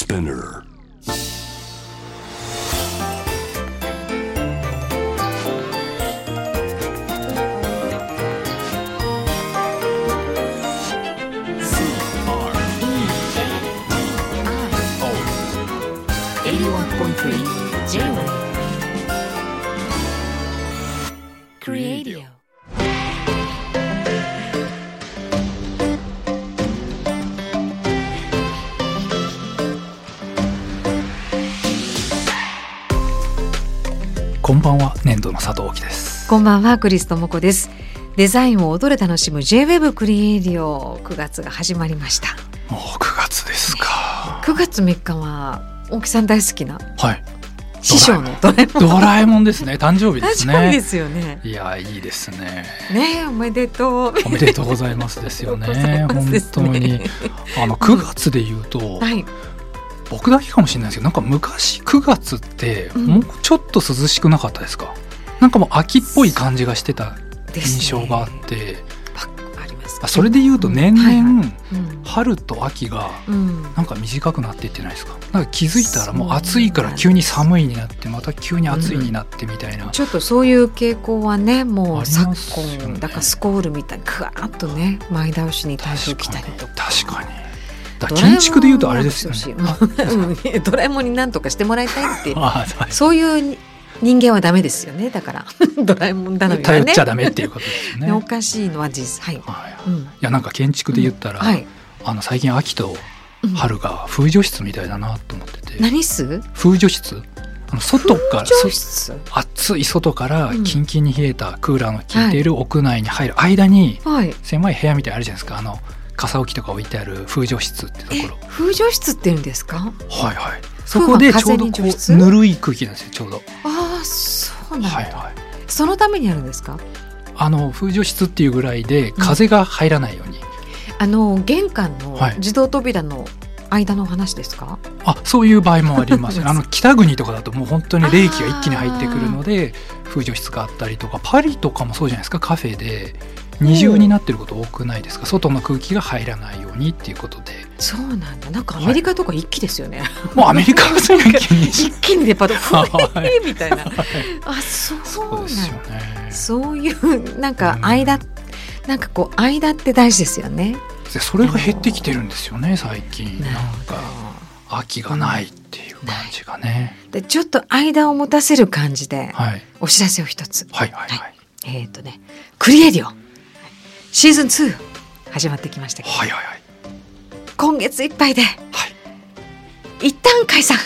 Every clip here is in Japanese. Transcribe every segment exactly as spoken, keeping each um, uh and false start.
Spinner エイティワンポイントスリー J-Wave Creadio。 こんばんは、年度の佐藤貴です。 こんばんは、クリス智子です。デザインを音で楽しむ J-Wave クリエイディオ、くがつが始まりました。 もうくがつですか。 くがつみっかは大木さん大好きな、 はい、 師匠のドラえもんドラえもんですね。誕生日ですね。 誕生日ですよね。 いや、いいですね。 ね、おめでとう。 おめでとうございますですよね。 ね、 本当にあのくがつで言うと、うん、はい、僕だけかもしれないですけど、なんか昔くがつってもうちょっと涼しくなかったですか？うん、なんかもう秋っぽい感じがしてた印象があって、ね、 あります。 それで言うと年々、うん、はいはい、 うん、 春と秋がなんか短くなっていってないですか？なんか気づいたらもう暑いから急に寒いになって、また急に暑いになってみたいな、うん、 ちょっとそういう傾向はね、もう昨今、ね、だからスコールみたいにクワーッとね、前倒しに台風来たりとか。 確かに、だ建築でいうとあれですよね。 ドラえもんに何とかしてもらいたいってそういう人間はダメですよね。だからドラえもん頼みはね、 頼っちゃダメっていうことですよね。 おかしいのは事実。はい、はい、うん、いや、なんか建築で言ったら、うん、はい、あの最近秋と春が風除室みたいだなと思ってて、うん、 何室？ 風除室、あの外から暑い外からキンキンに冷えたクーラーの効いている屋内に入る間に、はい、狭い部屋みたいなのあるじゃないですか。あの傘置きとか置いてある風除室ってところ。 風除室って言うんですか？ はいはい。そこでちょうどこうぬるい空気なんですよ、ちょうど。 ああ、そうなんだ、 はいはい、 そのためにあるんですか？ あの風除室っていうぐらいで風が入らないように、うん、 あの玄関の自動扉の間の話ですか？はい、 あ、そういう場合もありますね。あの北国とかだともう本当に冷気が一気に入ってくるので風除室があったりとか、パリとかもそうじゃないですか。カフェで二重になってること多くないですか？外の空気が入らないようにっていうことで。そうなんだ。なんかアメリカとか一気ですよね。はい、もうアメリカはそういう一気に一気にデパートふえみたいな。あ、そうそうですよね。 そういうなんか間、うん、なんかこう間って大事ですよね。 それが減ってきてるんですよね、最近。なんか秋がないっていう感じがね。 でちょっと間を持たせる感じで、はい、お知らせを一つ。 はいはいはい。 はい、えっとね、クリエイディオシーズンツー始まってきましたけど、 はいはいはい、 今月いっぱいで、はい、一旦解散。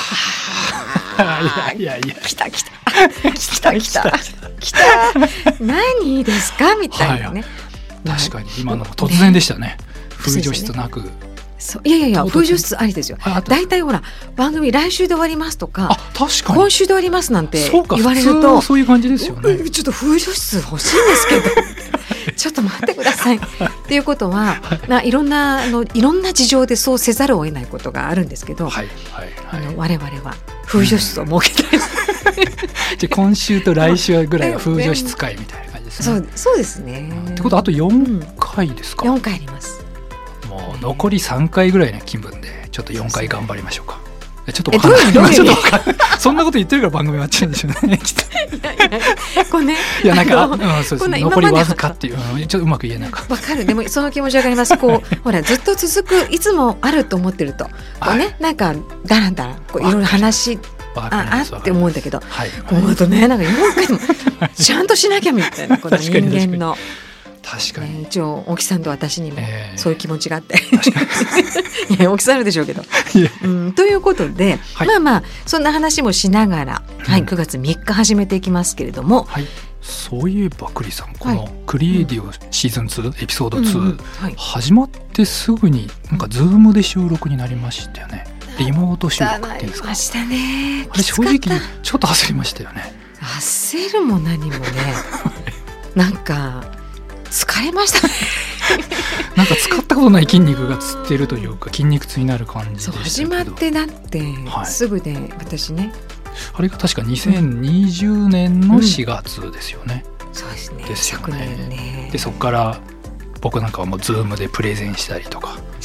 あいやいやいや、 来た来た来た来た来た何ですかみたいなね。 はい、確かに今のも突然でしたね。ね、風除室なく。 そういやいやいや、風除室ありですよ。だいたいほら番組来週で終わりますとか、 あ、確かに今週で終わりますなんて言われると、 そうそういう感じですよね。 ちょっと風除室欲しいんですけどちょっと待ってくださいっていうことは、まあ、いろんなあのいろんな事情でそうせざるを得ないことがあるんですけど、はいはいはい、あの我々は風除室を設けたい、 うん、じゃあ今週と来週ぐらいは風除室会みたいな感じですね。 そう、そうですね。 ってことはあとよんかいですか？ よんかいあります。 もう残りさんかいぐらいの気分でちょっとよんかい頑張りましょうか。ちょっと分かんない。 ちょっと分かんない。そんなこと言ってるから番組終わっちゃうんでしょうね。きっと。 いやいやこれね。 いやなんか、うん、そうですね。残りわずかっていう、うん、ちょっとうまく言えなかった。 わかる。でもその気持ちわかります。こうほらずっと続くいつもあると思ってると、こうね、はい、なんかだらだらこういろいろ話ああって思うんだけど、はい、この後ねなんかよんかいもちゃんとしなきゃみたいなこの人間の。 確かに、 ね、一応大木さんと私にもそういう気持ちがあって、えー、いや大木さんあるでしょうけどうん、ということで、はい、まあまあそんな話もしながら、はい、くがつみっか始めていきますけれども、はい、 そういえばクリさん、このクリエイディオシーズンツーエピソードツー、うんうんはい、始まってすぐになんかズームで収録になりましたよね。リモート収録っていうんですか？ ましたね。 あれ正直ちょっと焦りましたよね。 焦るも何もねなんか疲れましたねなんか使ったことない筋肉がつってるというか筋肉痛になる感じでしたけど、 始まってなって、はい、すぐで私ね、 あれが確かにせんにじゅうねんのしがつですよね、 うん、そうですね。 ですよね。 昨年ね。 でそこから僕なんかはもうズームでプレゼンしたりとかズ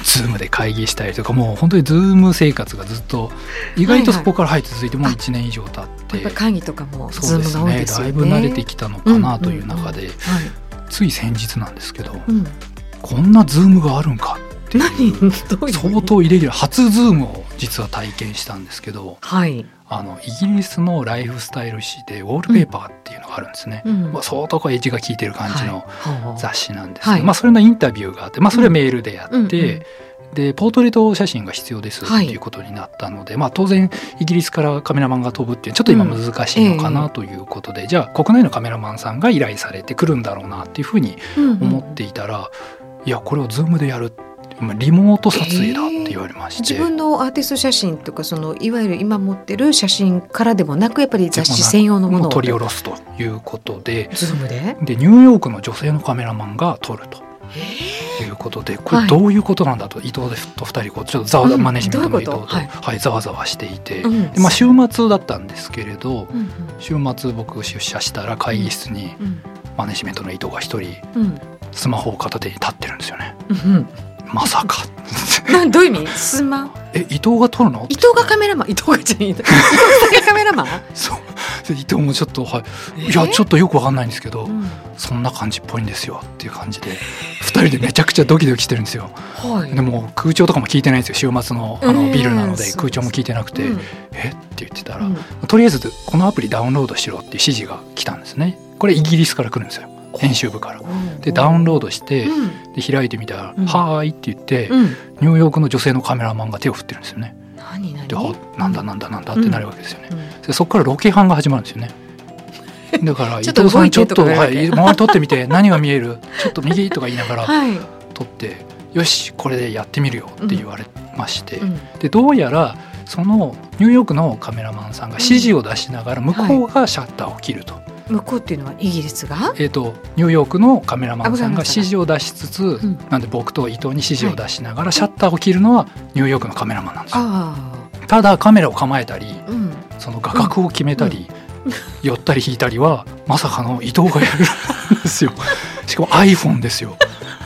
ズームで会議したりとか、もう本当にズーム生活がずっと意外とそこから入って続いてもういちねん以上経って、 やっぱ会議とかもズそうームが多いですよね。 だいぶ慣れてきたのかなという中で、 うんうんうんはい、 つい先日なんですけど、 うん、 こんなズームがあるんかっていう何どういう相当イレギュラー初ズームを実は体験したんですけど、 はい、 あのイギリスのライフスタイル誌でウォールペーパーっていうのがあるんですね、 うんまあ、相当こうエッジが効いてる感じのはい雑誌なんですけど、 はいまあ、それのインタビューがあって、まあ、それはメールでやって、 うんうんでポートレート写真が必要ですっていうことになったので、まあ、当然イギリスからカメラマンが飛ぶっていうちょっと今難しいのかなということで、うんえー、じゃあ国内のカメラマンさんが依頼されてくるんだろうなっていうふうに思っていたら、うんうん、いやこれをズームでやる、リモート撮影だって言われまして、 えー、自分のアーティスト写真とかそのいわゆる今持ってる写真からでもなくやっぱり雑誌専用のものを取り下ろすということで、 ズームででニューヨークの女性のカメラマンが撮るということで、これどういうことなんだと、はい、伊藤とふたりこうちょっとざわ、うん、マネジメントの伊藤と、はいはい、ざわざわしていて、うんでまあ、週末だったんですけれど、うんうん、週末僕出社したら会議室にマネジメントの伊藤が一人、うん、スマホを片手に立ってるんですよね、うん、まさかなんどういう意味スマえ伊藤が撮るの伊藤がカメラマン伊藤がじゃない伊藤がカメラマンそう伊藤もちょっと、はい、いやちょっとよくわかんないんですけど、うん、そんな感じっぽいんですよっていう感じでふたりでめちゃくちゃドキドキしてるんですよ、はい、でも空調とかも聞いてないんですよ、週末 の, あのビルなので空調も聞いてなくて、うん、えって言ってたら、うん、とりあえずこのアプリダウンロードしろっていう指示が来たんですね。これイギリスから来るんですよ、編集部からでダウンロードして、うん、で開いてみたら、うん、はーいって言って、うん、ニューヨークの女性のカメラマンが手を振ってるんですよね。 何何でなんだなんだなんだってなるわけですよね、うんうん、でそこからロケハンが始まるんですよね。だから伊藤さんちょっと、はい、周り撮ってみて何が見えるちょっと右とか言いながら撮って、はい、よしこれでやってみるよって言われまして、うん、でどうやらそのニューヨークのカメラマンさんが指示を出しながら向こうがシャッターを切ると、はい、 向こうっていうのはイギリスが、 えーと、ニューヨークのカメラマンさんが指示を出しつつ、うん、なんで僕と伊藤に指示を出しながらシャッターを切るのはニューヨークのカメラマンなんですよ。あただカメラを構えたり、うん、その画角を決めたり、うんうん、寄ったり引いたりはまさかの伊藤がやるんですよ。しかも iPhone ですよ。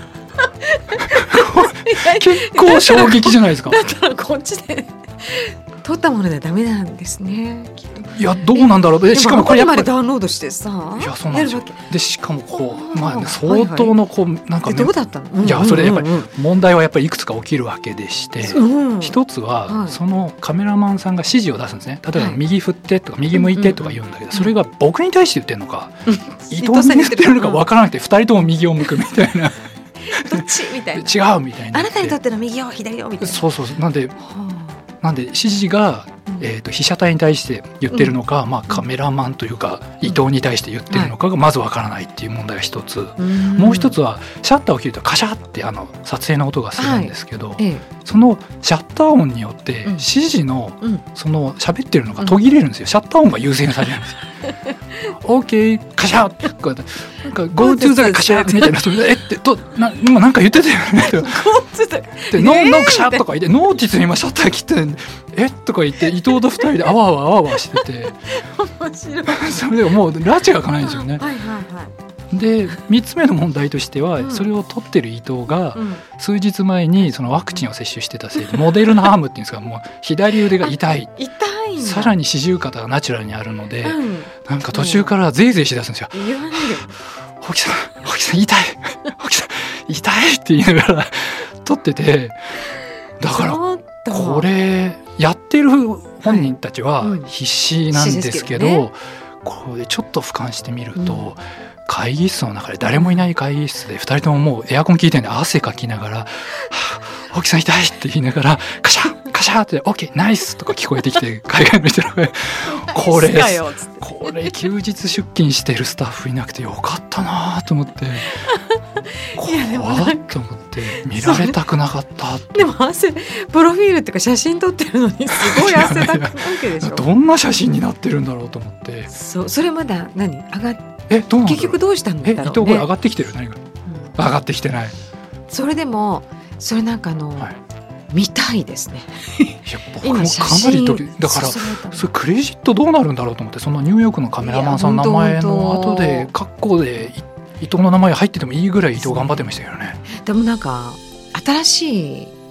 結構衝撃じゃないですか。 だったらこっちで撮ったものではダメなんですね。 いやどうなんだろう。でしかもこれやっぱりダウンロードしてさ、 いやそうなんですよ。でしかもこう、まあね、相当のこう、はいはい、なんか、ね、 どうだったの、うんうんうん、 いやそれやっぱり問題はやっぱりいくつか起きるわけでして、うん、一つは、はい、そのカメラマンさんが指示を出すんですね。例えば右振ってとか右向いてとか言うんだけど、それが僕に対して言ってるのか、うん、伊藤に言ってるのか分からなくてふたりとも右を向くみたいなどっちみたいな違うみたいな、 あなたにとっての右を左をみたいな、 そうそうそうなんで、はあ、なんで指示がえー、と被写体に対して言ってるのか、うんまあ、カメラマンというか、うん、伊藤に対して言ってるのかがまずわからないっていう問題が一つ、うん、もう一つはシャッターを切るとカシャッってあの撮影の音がするんですけど、はい、そのシャッター音によって指示の、うん、その喋ってるのが途切れるんですよ。シャッター音が優先されるんですよ。OK カシャッってなんか Go to the カシャッみたいなえってとな今なんか言ってたよねでノーノーカシャッとか言ってノーティスに今シャッター切ってるんでえとか言って伊藤とふたりであわあわあわあわしてて面白いそれでもう拉致が開かないんですよね。 はいはいはいでみっつめの問題としては、うん、それを取ってる伊藤が、うん、数日前にそのワクチンを接種してたせいでモデルナアームっていうんですかもう左腕が痛い痛いさらに四十肩がナチュラルにあるので、うん、なんか途中からゼーゼーしだすんですよ。 言わないでホキさんホキさん痛いホキさん痛いって言いながら撮っててだからこれやってる本人たちは必死なんですけど、はいうん、これちょっと俯瞰してみると、うん会議室の中で誰もいない会議室でふたりとももうエアコン効いてるんで汗かきながらはぁ、大木さん痛いって言いながらカシャッカシャッって OK ナイスとか聞こえてきて海外の人がこれこれ休日出勤してるスタッフいなくてよかったなと思って怖っと思って見られたくなかったでも汗プロフィールっていうか写真撮ってるのにすごい汗だくなわけでしょどんな写真になってるんだろうと思ってそうそれまだ何上がってえどうなんだろう結局どうしたんだろうね。 え伊藤これ上がってきてる何が、うん、上がってきてない。 それでもそれなんかあの、はい、見たいですね。 いや僕もかなりドキだからそれクレジットどうなるんだろうと思ってそのニューヨークのカメラマンさんの名前の後で括弧で伊藤の名前入っててもいいぐらい伊藤頑張ってましたけどね。 でもなんか新しい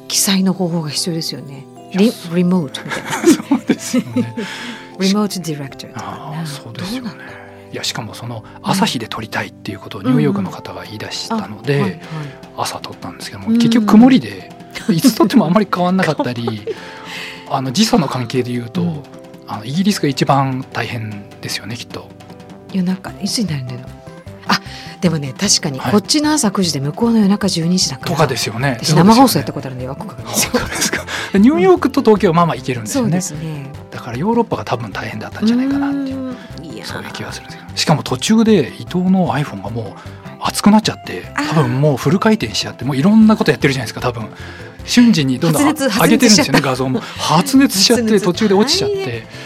記載の方法が必要ですよね。リ, リモートみたいなそうですよねリモートディレクターとか、ね、 あそうですよね。いやしかもその朝日で撮りたいっていうことをニューヨークの方が言い出したので、うんうんはいはい、朝撮ったんですけども結局曇りでいつ撮ってもあんまり変わんなかったりあの時差の関係でいうと、うん、あのイギリスが一番大変ですよねきっと。 夜中いつになるんだろう。あでもね確かにこっちの朝くじで向こうの夜中じゅうにじだから、 とかですよね。 私生放送やったことあるんでよくわかるんですよ。 本当ですか。ニューヨークと東京はまあまあ行けるんですよね。 そうですね。 だからヨーロッパが多分大変だったんじゃないかなっていう、 いやそういう気がするんですけど、しかも途中で伊藤の iPhone がもう熱くなっちゃって多分もうフル回転しちゃってもういろんなことやってるじゃないですか。多分瞬時にどんどん上げてるんですよね。画像も発熱しちゃって途中で落ちちゃって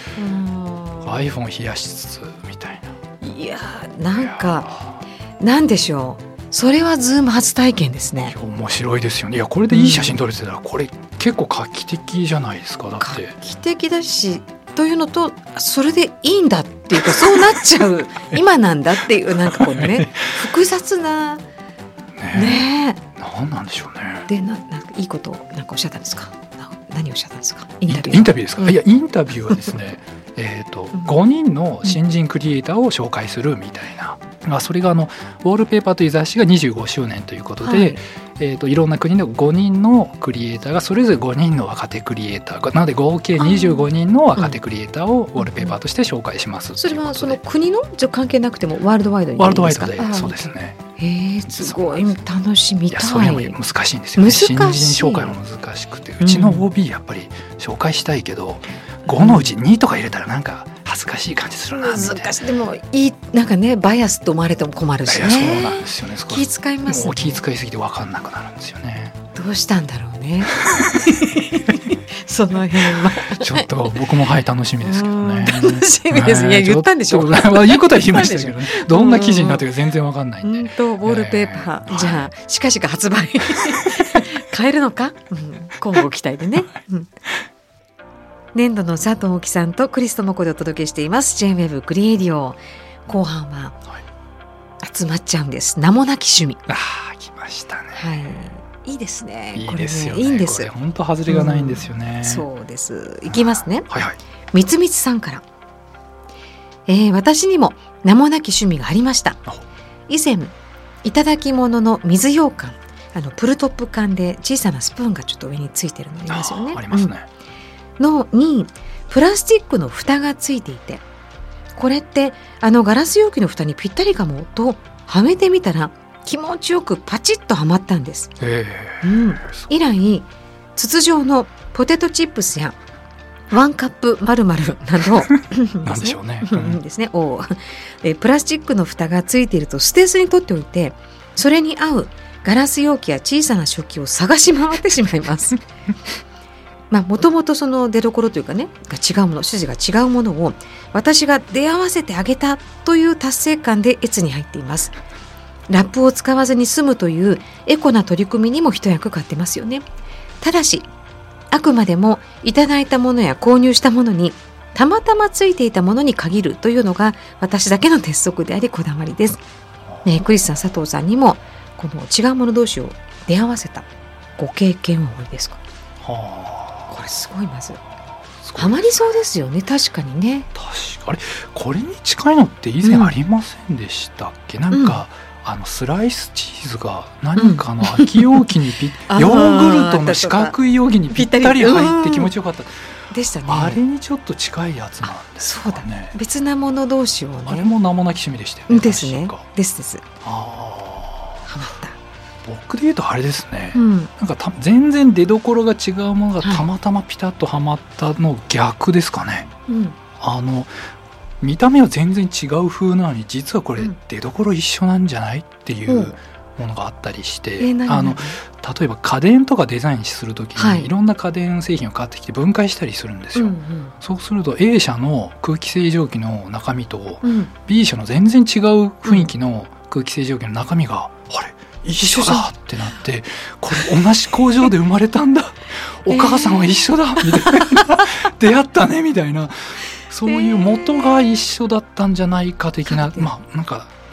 、iPhone を冷やしつつみたいな。 いやなんかなんでしょう、それはズーム初体験ですね。 面白いですよね。いやこれでいい写真撮れてたら、うん、これ結構画期的じゃないですか。だって画期的だしというのとそれでいいんだっていうかそうなっちゃう今なんだっていうなんかこうね複雑なねえ、ね何なんでしょうね。 でななんかいいことをなんかおっしゃったんですか。な何をおっしゃったんですか。インタビューインタビューですか、うん、いやインタビューはですねえと、うん、ごにんの新人クリエイターを紹介するみたいな、うんまあ、それがあのウォールペーパーという雑誌がにじゅうごしゅうねんということで、はいえー、といろんな国のごにんのクリエイターがそれぞれごにんの若手クリエイターなので合計にじゅうごにんの若手クリエイターをウォールペーパーとして紹介します、うん、 それはその国のじゃ関係なくてもワールドワイドにいいんですか。 ワールドワイドでそうですね。 へーすごい楽しみたい。いやそれも難しいんですよね。新人紹介も難しくてうちの オービー やっぱり紹介したいけど、うん、ごのうちにとか入れたらなんか恥ずかしい感じするなみたいな。 難しい。でもいいなんかねバイアスと思われても困るしね。 いやそうなんですよね。 気遣いますね。 もう気遣いすぎて分かんなくなるんですよね。 どうしたんだろうねその辺はちょっと僕もはい楽しみですけどね。 楽しみですね。言ったんでしょう。 言うことは言いましたけどね。どんな記事になってるか全然分かんないんで。 本当ウォールペーパー、えー、じゃあ近々発売買えるのか、うん、今後期待でね、うん年度の佐藤大樹さんとクリストモコでお届けしています ジェイウェブ クリエイディオ。後半は集まっちゃうんです。名もなき趣味。 あー来ましたね、 はい、いいですね。 いいですよね。 これねいいんです。 本当外れがないんですよね、 うん、そうです。いきますね。 はいはい。 みつみつさんから、えー、私にも名もなき趣味がありました。以前いただき物の水羊羹、あのプルトップ缶で小さなスプーンがちょっと上についてるのありますよね。 ありますね、 うんのにプラスチックの蓋がついていて、これってあのガラス容器の蓋にぴったりかもとはめてみたら気持ちよくパチッとはまったんです、 えーうん、以来筒状のポテトチップスやワンカップ〇〇などなんでしょうね、 うん、ですねおえプラスチックの蓋がついているとステースに取っておいて、それに合うガラス容器や小さな食器を探し回ってしまいますまあもともとその出所というかねが違うもの、筋が違うものを私が出会わせてあげたという達成感で越に入っています。ラップを使わずに済むというエコな取り組みにも一役買ってますよね。ただしあくまでもいただいたものや購入したものにたまたまついていたものに限るというのが私だけの鉄則でありこだわりです、ね、クリスさん佐藤さんにもこの違うもの同士を出会わせたご経験はおありですか。 はあこれすごい。まずハマりそうですよね。確かにね。 確かあれこれに近いのって以前ありませんでしたっけ、うん、なんか、うん、あのスライスチーズが何かの空き容器にぴ、うん、ヨーグルトの四角い容器にぴったり入って気持ちよかったでしたね。 あれにちょっと近いやつなんですかね。 そうだね。別なもの同士をね。 あれも名もなき趣味でしたよね。 ですね。ですです。 ああハマった。 僕で言うとあれですね、 うん、 なんかた全然出どころが違うものがたまたまピタッとはまったの逆ですかね、 うん、 あの見た目は全然違う風なのに実はこれ出どころ一緒なんじゃないっていうものがあったりして、うん、あの例えば家電とかデザインするときに、はい、いろんな家電製品を買ってきて分解したりするんですよ、うんうん、そうすると A 社の空気清浄機の中身と、うん、B 社の全然違う雰囲気の空気清浄機の中身が、うん、あれ一緒だってなって、これ同じ工場で生まれたんだお母さんは一緒だみたいな出会ったねみたいな、そういう元が一緒だったんじゃないか的な、まあなんか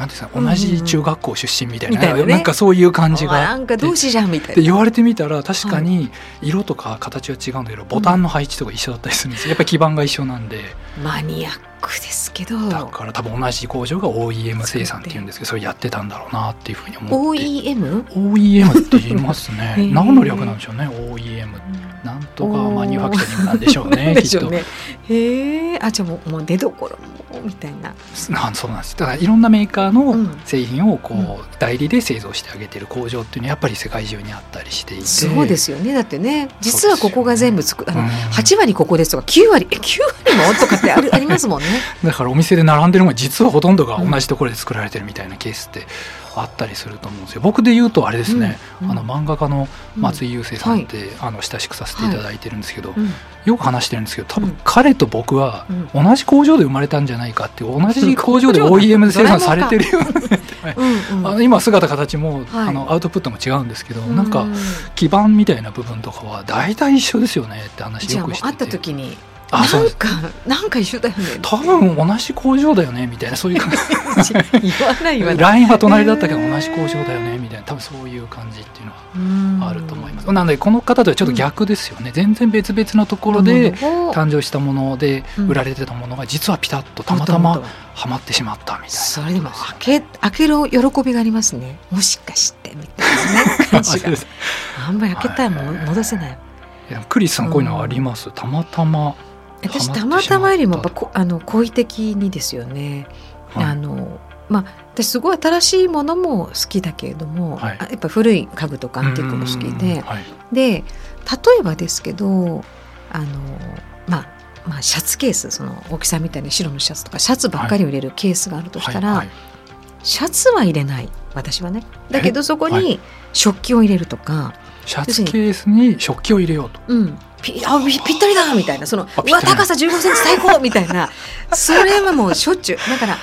なんていうんですか、同じ中学校出身みたいな、 みたいなね、 なんかそういう感じがなんか同志じゃんみたいな。 で言われてみたら確かに色とか形は違うんだけど、ボタンの配置とか一緒だったりするんですよ。やっぱり基板が一緒なんで。 マニアックですけど、 だから多分同じ工場が オーイーエム 生産っていうんですけど、それやってたんだろうなっていうふうに思って。 オーイーエム？ オーイーエム って言いますね何の略なんでしょうね オーイーエム、なんとかマニュファクチャリングなんでしょうねきっと。 へえ、あ、じゃあもう、もう出どころもみたいな。 なんそうなんです。だからいろんなメーカーの製品をこう、うん、代理で製造してあげてる工場っていうのはやっぱり世界中にあったりしていて。 そうですよね。だってね、実はここが全部つく、あの、うん、はちわりここですとかきゅうわりえきゅうわりもとかってあるありますもんね。 だからお店で並んでるのが実はほとんどが同じところで作られてるみたいなケースってあったりすると思うんですよ。僕で言うとあれですね、うんうん、あの漫画家の松井優生さんって、うんはい、あの親しくさせていただいてるんですけど、はい、よく話してるんですけど、多分彼と僕は同じ工場で生まれたんじゃないかっていう、同じ工場で オーイーエム で生産されてるような今姿形も、はい、あのアウトプットも違うんですけど、なんか基板みたいな部分とかは大体一緒ですよねって話よくしてて、 じゃあもう会った時になんかなんか一緒だよね、 多分同じ工場だよねみたいな、そういう感じ言わない言わないラインは隣だったけど同じ工場だよねみたいな、多分そういう感じっていうのはあると思います。なのでこの方とはちょっと逆ですよね、うん、全然別々のところで誕生したもので売られてたものが実はピタッとたまたまはまってしまったみたいな。 それでも開け、開ける喜びがありますね、もしかしてみたいな、ね、感じがあんまり開けたらも戻せない。 いやクリスさんこういうのはあります、うん、たまたま私たまたまよりもやっぱこあの好意的にですよね、はい、あのまあ、私すごい新しいものも好きだけれども、はい、やっぱ古い家具とかアンティークも好きで、はい、で例えばですけどあの、まあまあ、シャツケース、その大きさみたいな白のシャツとかシャツばっかりを入れるケースがあるとしたら、はいはいはい、シャツは入れない私はね、だけどそこに食器を入れるとか、はい、 シャツケースに食器を入れようと、 うんピ, あぴったりだみたいな、そのうわ高さじゅうごセンチ最高みたいなそれはもうしょっちゅうだから、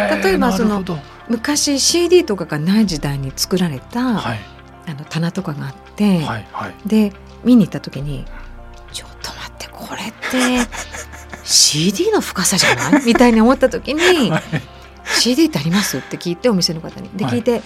例えばその昔 シーディー とかがない時代に作られた、はい、あの棚とかがあって、はいはい、で見に行った時にちょっと待ってこれって シーディー の深さじゃないみたいに思った時に、はい、シーディー ってありますって聞いてお店の方にで聞いて、はい、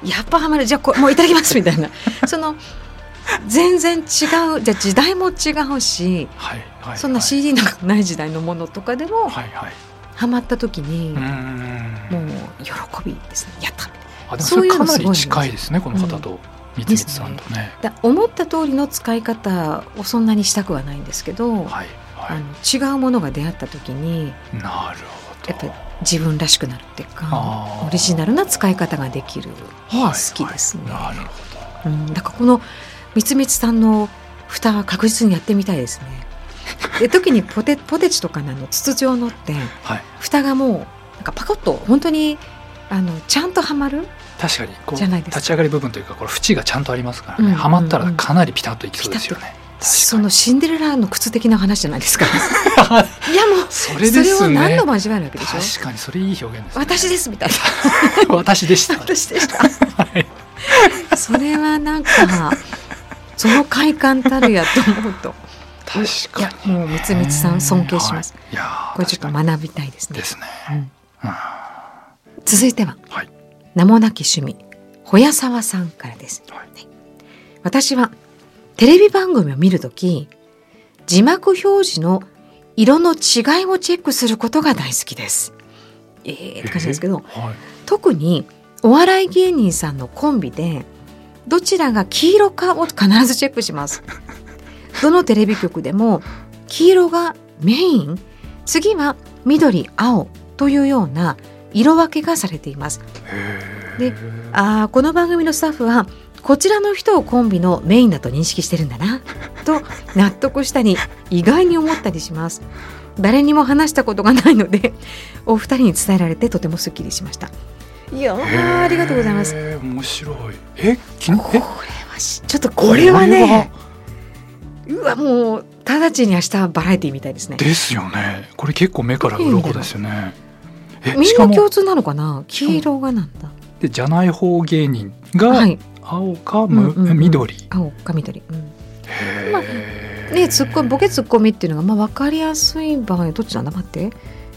やっぱハマる、じゃあこもういただきますみたいなその全然違う、じゃあ時代も違うし、はいはいはい、そんな シーディー なんかない時代のものとかでも、はいはい、ハマった時にもう喜びですね、やったみたいな。 あ、でもそれかなり近いですね、この方と、うん、三光さんとね。 だ思った通りの使い方をそんなにしたくはないんですけど、はいはい、あの違うものが出会った時になるほど、 やっぱり自分らしくなるっていうかオリジナルな使い方ができるのは好きですね、はいはい、なるほど、うん、だからこのみつみつさんの蓋は確実にやってみたいですね。で特にポテ、ポテチとかの筒状のって、はい、蓋がもうなんかパコッと本当にあのちゃんとはまる。 確かにこう立ち上がり部分というかこれ縁がちゃんとありますからね、うんうんうん、はまったらかなりピタッといきそうですよね。 そのシンデレラの靴的な話じゃないですかいやもうそれですね、それを何度も味わえるわけでしょ。 確かにそれいい表現ですね。 私ですみたいな私でした私でした、はい、それはなんかその快感たるやと思うと確かに、 いやもうみつみつさん尊敬します、はい、いやこれちょっと学びたいですね。 ですね、 うんうん、続いては、はい、名もなき趣味ほやさわさんからです、はい、私はテレビ番組を見るとき字幕表示の色の違いをチェックすることが大好きです。えーって感じですけど、えーはい、特にお笑い芸人さんのコンビでどちらが黄色かを必ずチェックします。どのテレビ局でも黄色がメイン、次は緑、青というような色分けがされています。で、あ、この番組のスタッフはこちらの人をコンビのメインだと認識してるんだなと納得したり意外に思ったりします。誰にも話したことがないのでお二人に伝えられてとてもすっきりしました。いやー、ありがとうございます。 面白い。え、きこれはちょっとこれはね、うわもう直ちに明日バラエティみたいですね。 ですよね。これ結構目から鱗ですよね。 え、みんな共通なのかな。黄色がなんだ。 でじゃない方芸人が青か、はい、うんうんうん、緑。 青か緑。うん、へー、まあね、ツッコミボケツッコミっていうのがまあ分かりやすい場合どっちなんだ待って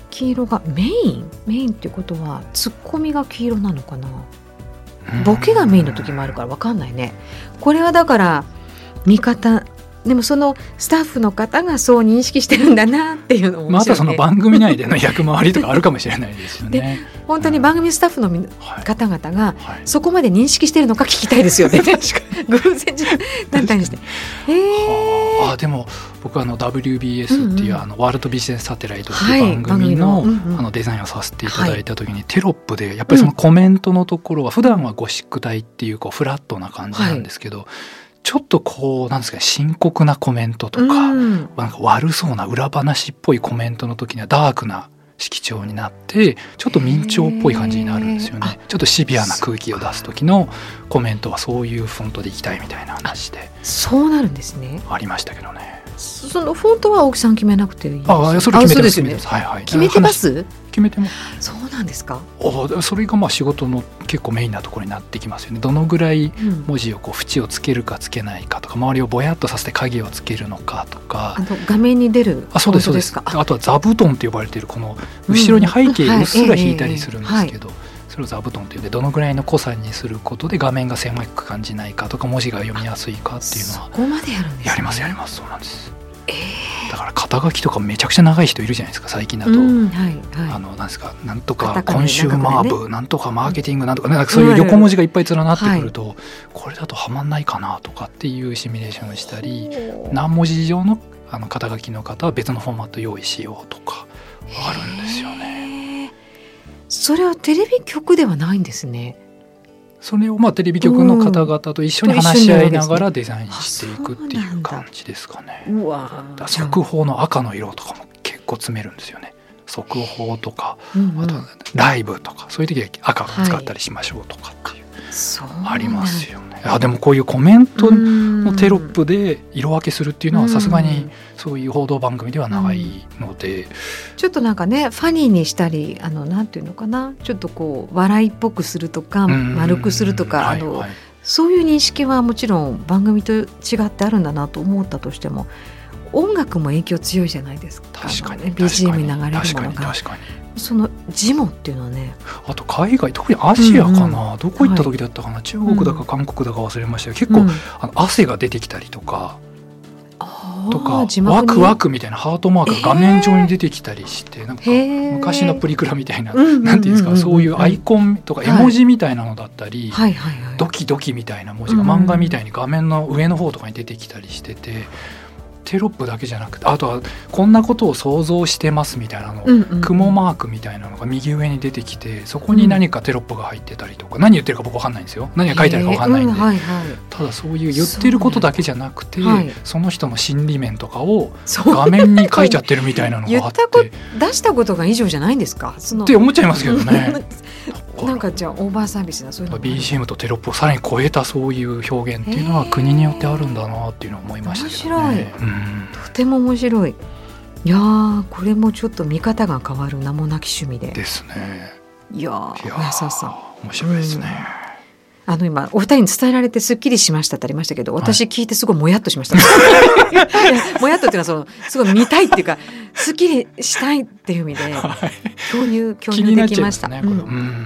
黄色がメインメインっていうことはツッコミが黄色なのかな。ボケがメインの時もあるから分かんないね。これはだから見方でもそのスタッフの方がそう認識してるんだなっていうのも面白いね。 まあ、あとはその番組内での役回りとかあるかもしれないですよね。 で本当に番組スタッフの方々がはい、 そこまで認識してるのか聞きたいですよね。 確かに偶然だったりして。へーあでも僕はあの ダブリュービーエス っていう、うんうん、あのワールドビジネスサテライトってはいいう番組の、 うんうん、 あのデザインをさせていただいた時に、はい、テロップでやっぱりそのコメントのところは普段はゴシック体っていう、こうフラットな感じなんですけど、はい、ちょっとこうなんですかね、深刻なコメントとか、うん、なんか悪そうな裏話っぽいコメントの時にはダークな色調になってちょっと明朝っぽい感じになるんですよね。ちょっとシビアな空気を出す時のコメントはそういうフォントでいきたいみたいな話で、 そうなるんですね。 ありましたけどね。 そのフォントは青木さん決めなくていいですか？ ああ、それ決めてます。 そうですよね。はいはい、決めてます？ 決めてます。 そうなんですか。 おそれがまあ仕事の結構メインなところになってきますよね。どのぐらい文字をこう縁をつけるかつけないかとか、周りをぼやっとさせて影をつけるのかとか、 あの画面に出る。 あ、そうですそうです。あとは座布団って呼ばれているこの後ろに背景をうっすら引いたりするんですけど、それを座布団っていうで、どのぐらいの濃さにすることで画面が狭く感じないかとか、文字が読みやすいかっていうのはそこまでやるんですね。 やりますやります。そうなんです。 えー、 だから肩書きとかめちゃくちゃ長い人いるじゃないですか最近だと、 うんはいはい、 あのなんですか、なんとかコンシューマー部、なんとかマーケティングなんとか、なんかそういう横文字がいっぱい連なってくると、はい、これだとはまんないかなとかっていうシミュレーションをしたり、何文字以上のあの肩書きの方は別のフォーマット用意しようとかあるんですよね。 それはテレビ局ではないんですね。 それをまあテレビ局の方々と一緒に話し合いながらデザインしていくっていう感じですかね。 うわ、 だ速報の赤の色とかも結構詰めるんですよね。速報とか、 うんうん、 あとライブとかそういう時は赤を使ったりしましょうとかっていう、はい、ありますよね。あでもこういうコメントのテロップで色分けするっていうのはさすがにそういう報道番組ではないので、 ちょっとなんかねファニーにしたり、あのなんていうのかな、ちょっとこう笑いっぽくするとか丸くするとか、あの、はいはい、そういう認識はもちろん番組と違ってあるんだなと思ったとしても、音楽も影響強いじゃないですか。 確かに、 ね、ビージーエム に流れるものが確かに確かにその字もっていうのはね、あと海外特にアジアかな、うんうん、どこ行った時だったかな、はい、中国だか韓国だか忘れましたけど、うん、結構あの汗が出てきたりとか、とかワクワクみたいなハートマークが画面上に出てきたりして、なんか昔のプリクラみたいな、なんていうんですか、そういうアイコンとか絵文字みたいなのだったり、 はいはいはいはい、 ドキドキみたいな文字が漫画みたいに画面の上の方とかに出てきたりしてて、テロップだけじゃなくて、あとはこんなことを想像してますみたいなの、うんうん、雲マークみたいなのが右上に出てきて、そこに何かテロップが入ってたりとか、うん、何言ってるか僕分かんないんですよ。何が書いてあるか分かんないんで、うんはいはい、ただそういう言ってることだけじゃなくて そ,、はい、その人の心理面とかを画面に書いちゃってるみたいなのがあって、 言ったこ出したことが以上じゃないんですか、そのって思っちゃいますけどね。 なんかじゃあオーバーサービスなそういうのビージーエム とテロップをさらに超えたそういう表現っていうのは国によってあるんだなっていうのを思いましたけどね。面白い、うん、 とても面白い。いやー、これもちょっと見方が変わる名もなき趣味でですね。 いやー、小安さん面白いですね、 うん、あの今お二人に伝えられてすっきりしましたってありましたけど、私聞いてすごいもやっとしました、はい、もやっとっていうのはそのすごい見たいっていうかすっきりしたいっていう意味で共有共有できました。 ね、 うん、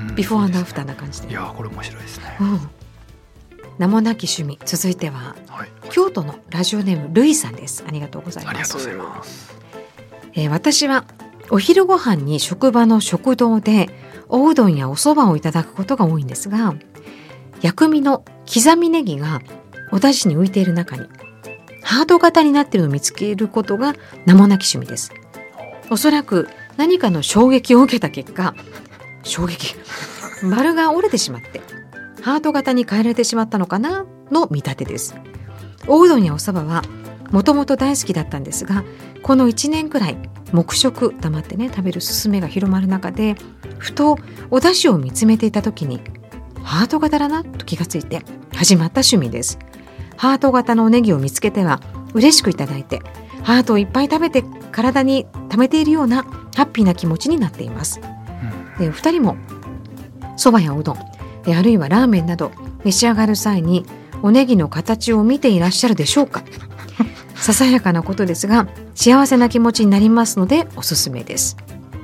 ビフォーアンドアフターな感じで。 いやこれ面白いですね、 うん、名もなき趣味。続いては、はい、京都のラジオネームルイさんです。ありがとうございます。 ありがとうございます。 えー、私はお昼ご飯に職場の食堂でおうどんやお蕎麦をいただくことが多いんですが、薬味の刻みネギがお出汁に浮いている中にハート型になっているのを見つけることが名もなき趣味です。おそらく何かの衝撃を受けた結果、衝撃丸が折れてしまってハート型に変えられてしまったのかなの見立てです。おうどんやお蕎麦はもともと大好きだったんですが、このいちねんくらい黙食、黙ってね食べる勧めが広まる中で、ふとお出汁を見つめていた時にハート型だなと気がついて始まった趣味です。ハート型のおネギを見つけては嬉しくいただいて、ハートをいっぱい食べて体に溜めているようなハッピーな気持ちになっています。で、ふたりもそばやうどん、あるいはラーメンなど召し上がる際におネギの形を見ていらっしゃるでしょうか。ささやかなことですが幸せな気持ちになりますのでおすすめです。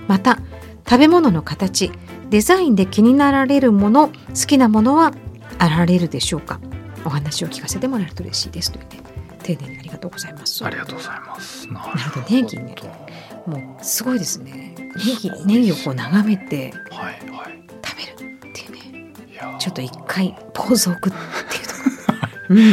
また食べ物の形、デザインで気になられるもの、好きなものはあられるでしょうか。お話を聞かせてもらえると嬉しいですというね、丁寧にありがとうございます。 ありがとうございます。なるほど。 なるほど、ネギね、もうすごいですね。ネギ、ネギをこう眺めて食べるっていうね、はいはい、ちょっと一回ポーズを置くっていうところ、うん、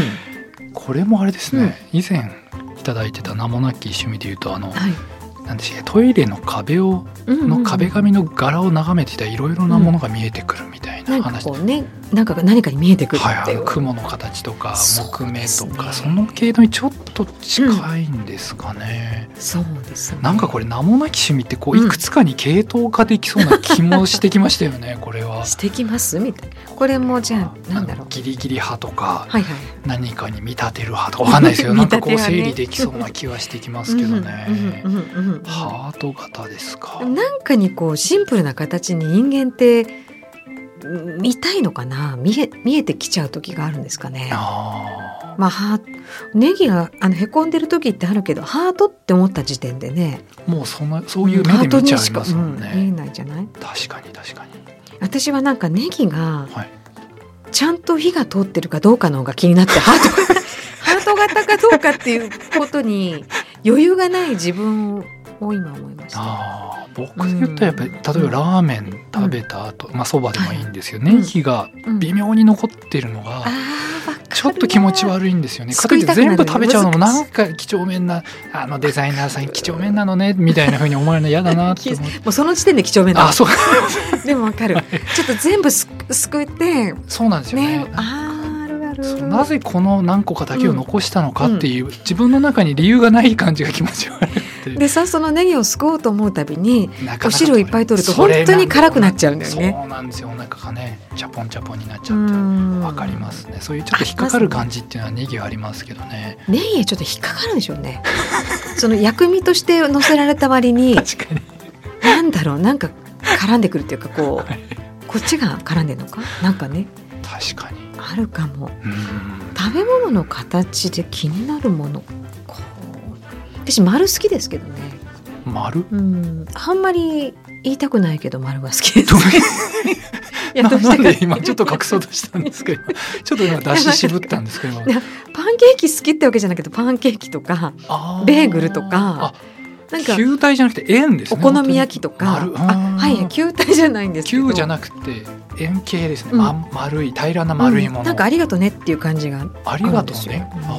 これもあれですね、うん、以前いただいてた名もなき趣味でいうと、あの、はい、なんでしょう、トイレの壁を、うんうん、の壁紙の柄を眺めていたらいろいろなものが見えてくるみたいな話、うん、なんかこうね、なんか何かに見えてくるっていう、はい、雲の形とか木目とか そ,、ね、その系統にちょっと近いんですかね、 うん、そうですね。 なんかこれ名もなき趣味ってこういくつかに系統化できそうな気もしてきましたよね、うん、これはしてきますみたいな。これもじゃあなんだろう、 ギリギリ派とか、 はいはい、 何かに見立てる派とかわかんないですけどなんかこう整理できそうな気はしてきますけどね。ハート型ですか。 なんかにこうシンプルな形に人間って見たいのかな、見え、見えてきちゃう時があるんですかね。あ、まあ、ハネギがあのへこんでる時ってあるけど、ハートって思った時点でね、 もうそのそういう目で見ちゃいますもんね、 うん、見えないじゃない。 確かに確かに。 私はなんかネギがちゃんと火が通ってるかどうかの方が気になってハートハート型かどうかっていうことに余裕がない自分を今思いました。 あ、僕で言ったらやっぱり、うん、例えばラーメン食べた後、うん、まあそばでもいいんですよ、はい、ネギが微妙に残ってるのが、うん、ちょっと気持ち悪いんでんですよね。 かといって全部食べちゃうのもなんか几帳面なあのデザイナーさん几帳面なのねみたいな風に思われるの嫌だなって思ってもうその時点で几帳面なの。 あ、そうでもわかる、はい、ちょっと全部すすくって、 そうなんですよね。 ね、あなぜこの何個かだけを残したのかっていう、うん、自分の中に理由がない感じが気持ち悪いっていう。 でさ、そのネギをすくおうと思うたびにお汁をいっぱい取ると本当に辛くなっちゃうんだよね。 そうなんですよ。お腹がねチャポンチャポンになっちゃってわかりますね。そういうちょっと引っかかる感じっていうのはネギはありますけどね。 ネギへちょっと引っかかるんでしょうねその薬味として乗せられた割に確かになんだろう、なんか絡んでくるっていうか、こう、はい、こっちが絡んでるのかなんかね、 確かにあるかも。うん、食べ物の形で気になるもの、こう、私丸好きですけどね。 丸、 うん、あんまり言いたくないけど丸は好きですいや、どうしてかなんで今ちょっと隠そうとしたんですけどちょっと今出し渋ったんですけどパンケーキ好きってわけじゃなくて、パンケーキとかベーグルとか、 なんか球体じゃなくて円ですね。 お好み焼きとか、あ、はい、球体じゃないんですけど、 球じゃなくて円形ですね、うん、ま、丸い平らな丸いもの、 うん、なんかありがとうねっていう感じがあるんですよ。 ありがとうね、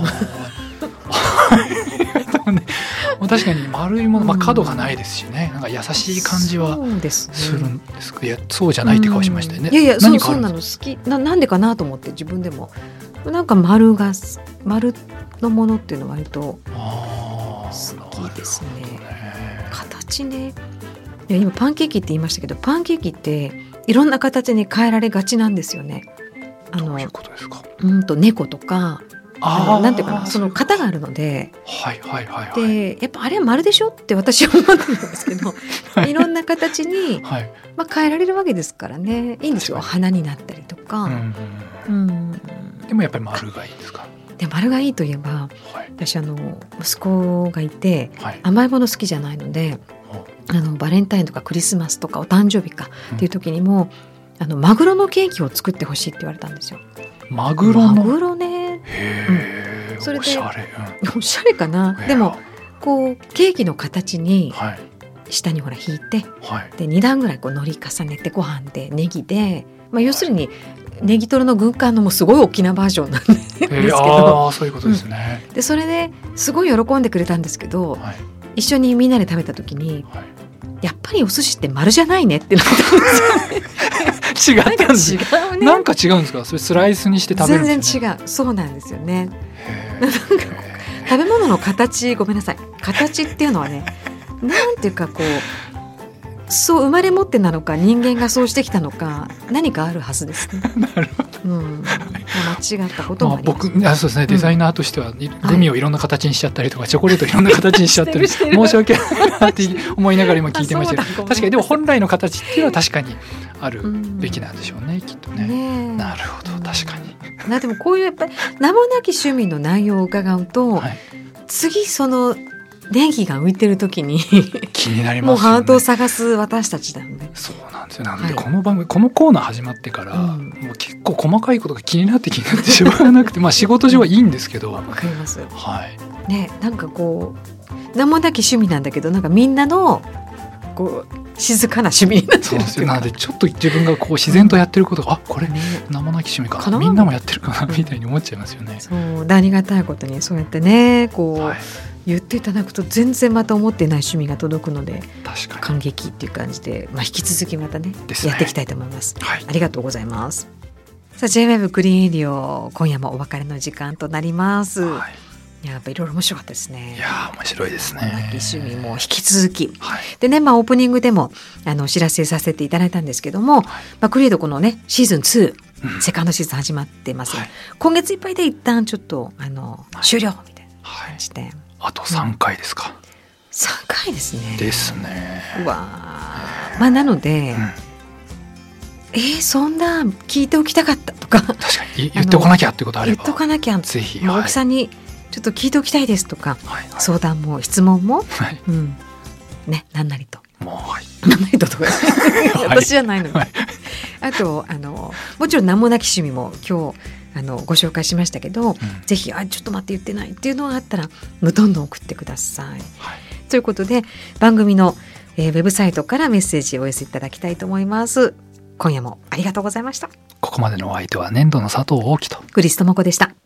うん、ね確かに丸いもの、まあ、角がないですしね、なんか優しい感じはするんですけど、いやそうじゃないって顔しましたよね、 うん、いやいや、そうそうなの、好き な, なんでかなと思って、自分でもなんか丸が丸のものっていうのは割と好きですね。形ね。いや、今パンケーキって言いましたけど、パンケーキっていろんな形に変えられがちなんですよね。あのどういうことですか。 うんと猫とか、あのなんていうかな、その型があるので、 はいはいはいはい、 でやっぱあれは丸でしょって私は思ってるんですけどいろんな形に、はい、まあ、変えられるわけですからね、いいんですよ。花になったりとか、うんうん、 でもやっぱり丸がいいですか。 で丸がいいといえば、はい、私あの息子がいて、はい、甘いもの好きじゃないので、あのバレンタインとかクリスマスとかお誕生日かっていう時にも、うん、あのマグロのケーキを作ってほしいって言われたんですよ。 マグロのマグロね、 へ、うん、それでおしゃれ、 うん、おしゃれかな。でもこうケーキの形に下にほら引いて、はい、でに段ぐらいこう乗り重ねて、ご飯でネギで、まあ、要するにネギトロの軍艦のもうすごい大きなバージョンなんですけど、 あ、そういうことですね、 うん、でそれですごい喜んでくれたんですけど、はい、一緒にみんなで食べた時に、はい、やっぱりお寿司って丸じゃないねってなったんですよね違ったんですよ。違うね。 なんか違うんですか。それスライスにして食べるんですよね。 全然違う。そうなんですよね。なんか食べ物の形、ごめんなさい、形っていうのはね、なんていうかこう、そう生まれ持ってなのか人間がそうしてきたのか何かあるはずですね。 なるほど、 うん、間違ったこともあります、 まあ、僕あそうですね、デザイナーとしては、うん、グミをいろんな形にしちゃったりとか、はい、チョコレートいろんな形にしちゃったり申し訳ないなって思いながら今聞いてましたけど、確かにでも本来の形っていうのは確かにあるべきなんでしょうね、うん、きっと ね, ねなるほど、確かに。 なでもこういうやっぱり名もなき趣味の内容を伺うと、はい、次その電気が浮いてる時に気になりますよね。 もうハートを探す私たちだよね。 そうなんですよ。なのでこの番組、はい、このコーナー始まってから、うん、もう結構細かいことが気になって気になってしょうがなくてまあ仕事上はいいんですけど。 わかります、 はいね、なんかこう名もなき趣味なんだけどなんかみんなのこう静かな趣味になってる。 そうですよ。なのでちょっと自分がこう自然とやってることが、うん、あこれ、ね、名もなき趣味かな、みんなもやってるかなみたいに思っちゃいますよね。 そうありがたいことにそうやってねこう、はい、言っていただくと全然また思ってない趣味が届くので確かに感激っていう感じで、まあ、引き続きまた ね, ねやっていきたいと思います、はい、ありがとうございます。さあ ジェイウェーブ クリーンエディオ今夜もお別れの時間となります、はい、いややっぱいろいろ面白かったですね。 いや面白いですね。 趣味も引き続き、 はい、 でね、まあ、オープニングでもあのお知らせさせていただいたんですけども、はいまあ、クリエイトこのねシーズンツー、うん、セカンドシーズン始まってます、はい、今月いっぱいで一旦ちょっとあの、はい、終了みたいな感じで、はい、 あとさんかいですか、うん、 さんかいですね。 ですね。 うわまあなので、うんえー、そんな聞いておきたかったとか確かに言っておかなきゃってことあれば言っておかなきゃぜひ、 はい、大木さんにちょっと聞いておきたいですとか、はいはい、相談も質問も、はいうんね、なんなりともう、はい、 なんなりととか私じゃないのに、はい、あとあのもちろん名もなき趣味も今日あのご紹介しましたけど、うん、ぜひあちょっと待って言ってないっていうのがあったらどんどん送ってください、はい、ということで番組の、えー、ウェブサイトからメッセージをお寄せいただきたいと思います。今夜もありがとうございました。 ここまでのお相手は粘土の佐藤大樹とクリストモコでした。